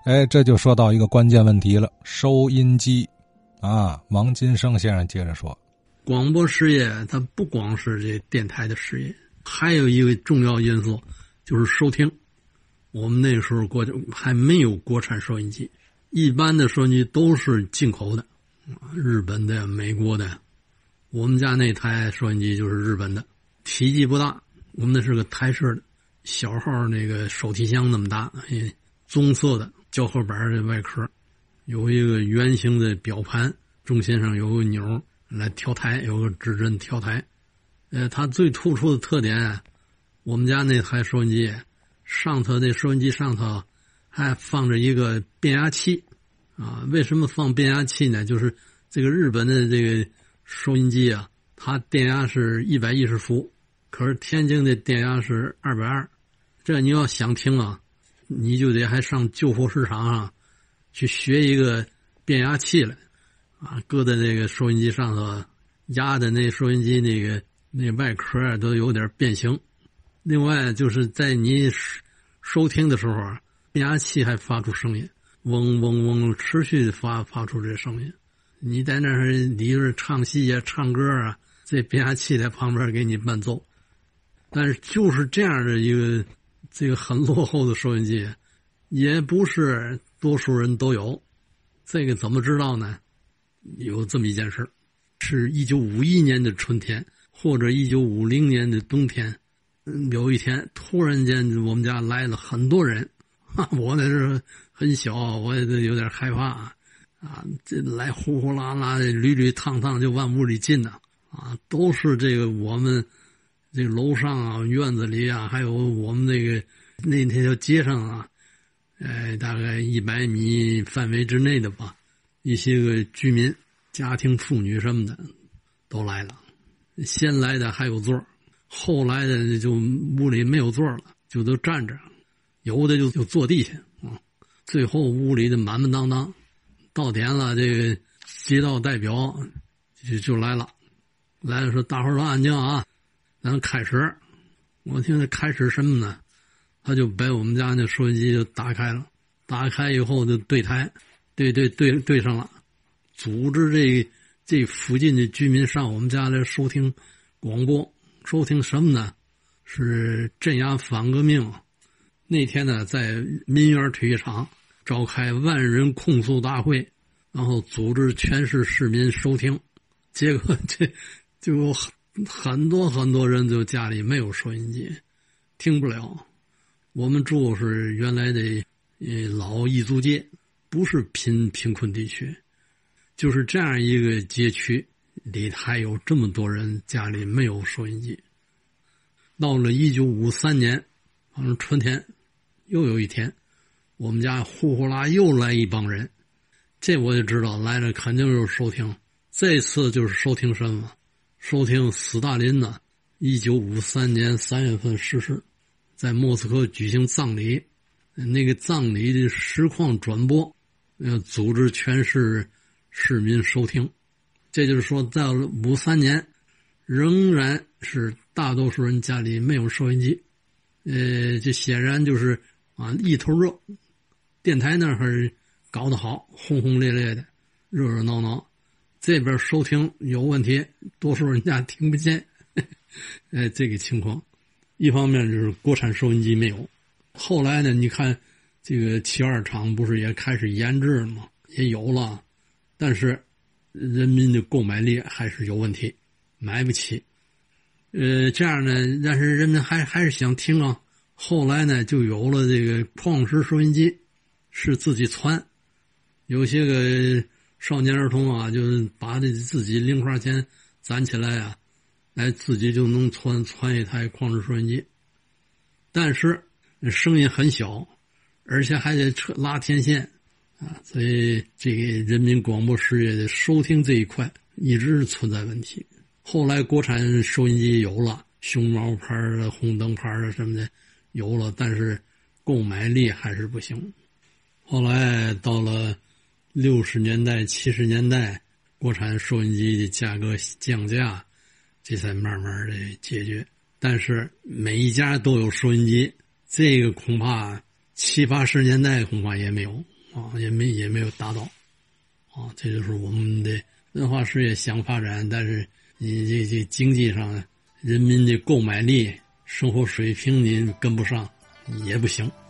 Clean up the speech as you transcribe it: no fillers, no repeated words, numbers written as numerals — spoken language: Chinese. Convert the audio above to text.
这就说到一个关键问题了，收音机啊。王金生先生接着说， 广播事业它不光是这电台的事业，还有一个重要因素就是收听。我们那个时候还没有国产收音机，一般的收音机都是进口的，日本的、美国的。我们家那台收音机就是日本的，体积不大，我们那是个台式的，小号那个手提箱那么大，棕色的胶合板的外壳，有一个圆形的表盘，中心上有个钮来调台，有个指针调台。它最突出的特点，我们家那台收音机上头的收音机上头还放着一个变压器啊。为什么放变压器呢？就是这个日本的这个收音机啊，它电压是110伏，可是天津的电压是220。这你要想听啊，你就得还上旧货市场上去学一个变压器来啊，搁在这个收音机上头，压的那收音机那外壳都有点变形。另外就是在你收听的时候啊，变压器还发出声音，嗡嗡嗡，持续发出这声音。你在那儿里边唱戏啊、唱歌啊，这变压器在旁边给你伴奏。但是就是这样的一个这个很落后的收音机，也不是多数人都有。这个怎么知道呢？有这么一件事，是1951年的春天或者1950年的冬天，有一天突然间我们家来了很多人，我那时候很小，我也有点害怕啊，这来呼呼啦啦的，屡屡趟趟就往屋里进呢啊，都是这个我们这个楼上啊、院子里啊，还有我们那条街上啊，大概100米范围之内的吧，一些个居民、家庭妇女什么的都来了。先来的还有座，后来的就屋里没有座了，就都站着，有的就坐地下啊。最后屋里的满满当当，到点了，这个街道代表就来了，来了说大伙儿都安静啊，咱开始。我听他开始什么呢？他就把我们家那收音机就打开了，打开以后就对台，对上了，组织这附近的居民上我们家来收听广播，收听什么呢？是镇压反革命。那天呢，在民园体育场召开万人控诉大会，然后组织全市市民收听。结果这就有很多人就家里没有收音机，听不了。我们住是原来的老彝族街，不是贫困地区，就是这样一个街区里还有这么多人家里没有收音机。到了1953年，好像春天，又有一天，我们家呼呼啦又来一帮人，这我就知道来了肯定就是收听。这次就是收听什么？收听斯大林呢，1953年3月份逝世，在莫斯科举行葬礼，那个葬礼的实况转播，组织全市市民收听。这就是说，到了53年，仍然是大多数人家里没有收音机。这显然就是一头热，电台那儿搞得好，轰轰烈烈的，热热闹闹。这边收听有问题，多数人家听不见。这个情况，一方面就是国产收音机没有，后来呢，你看这个72厂不是也开始研制了吗？也有了，但是人民的购买力还是有问题，买不起。这样呢，但是人们还是想听啊。后来呢，就有了这个矿石收音机，是自己传，有些个少年儿童啊，就是把这自己零花钱攒起来啊，来自己就能传一台矿石收音机，但是声音很小，而且还得拉天线啊，所以这个人民广播事业的收听这一块一直存在问题。后来国产收音机有了，熊猫牌的、红灯牌的什么的有了，但是购买力还是不行。后来到了60年代、70年代，国产收音机的价格降价，这才慢慢的解决。但是每一家都有收音机，这个恐怕70、80年代恐怕也没有。 啊，也没有达到啊。这就是我们的文化事业想发展，但是你这经济上人民的购买力、生活水平你跟不上也不行。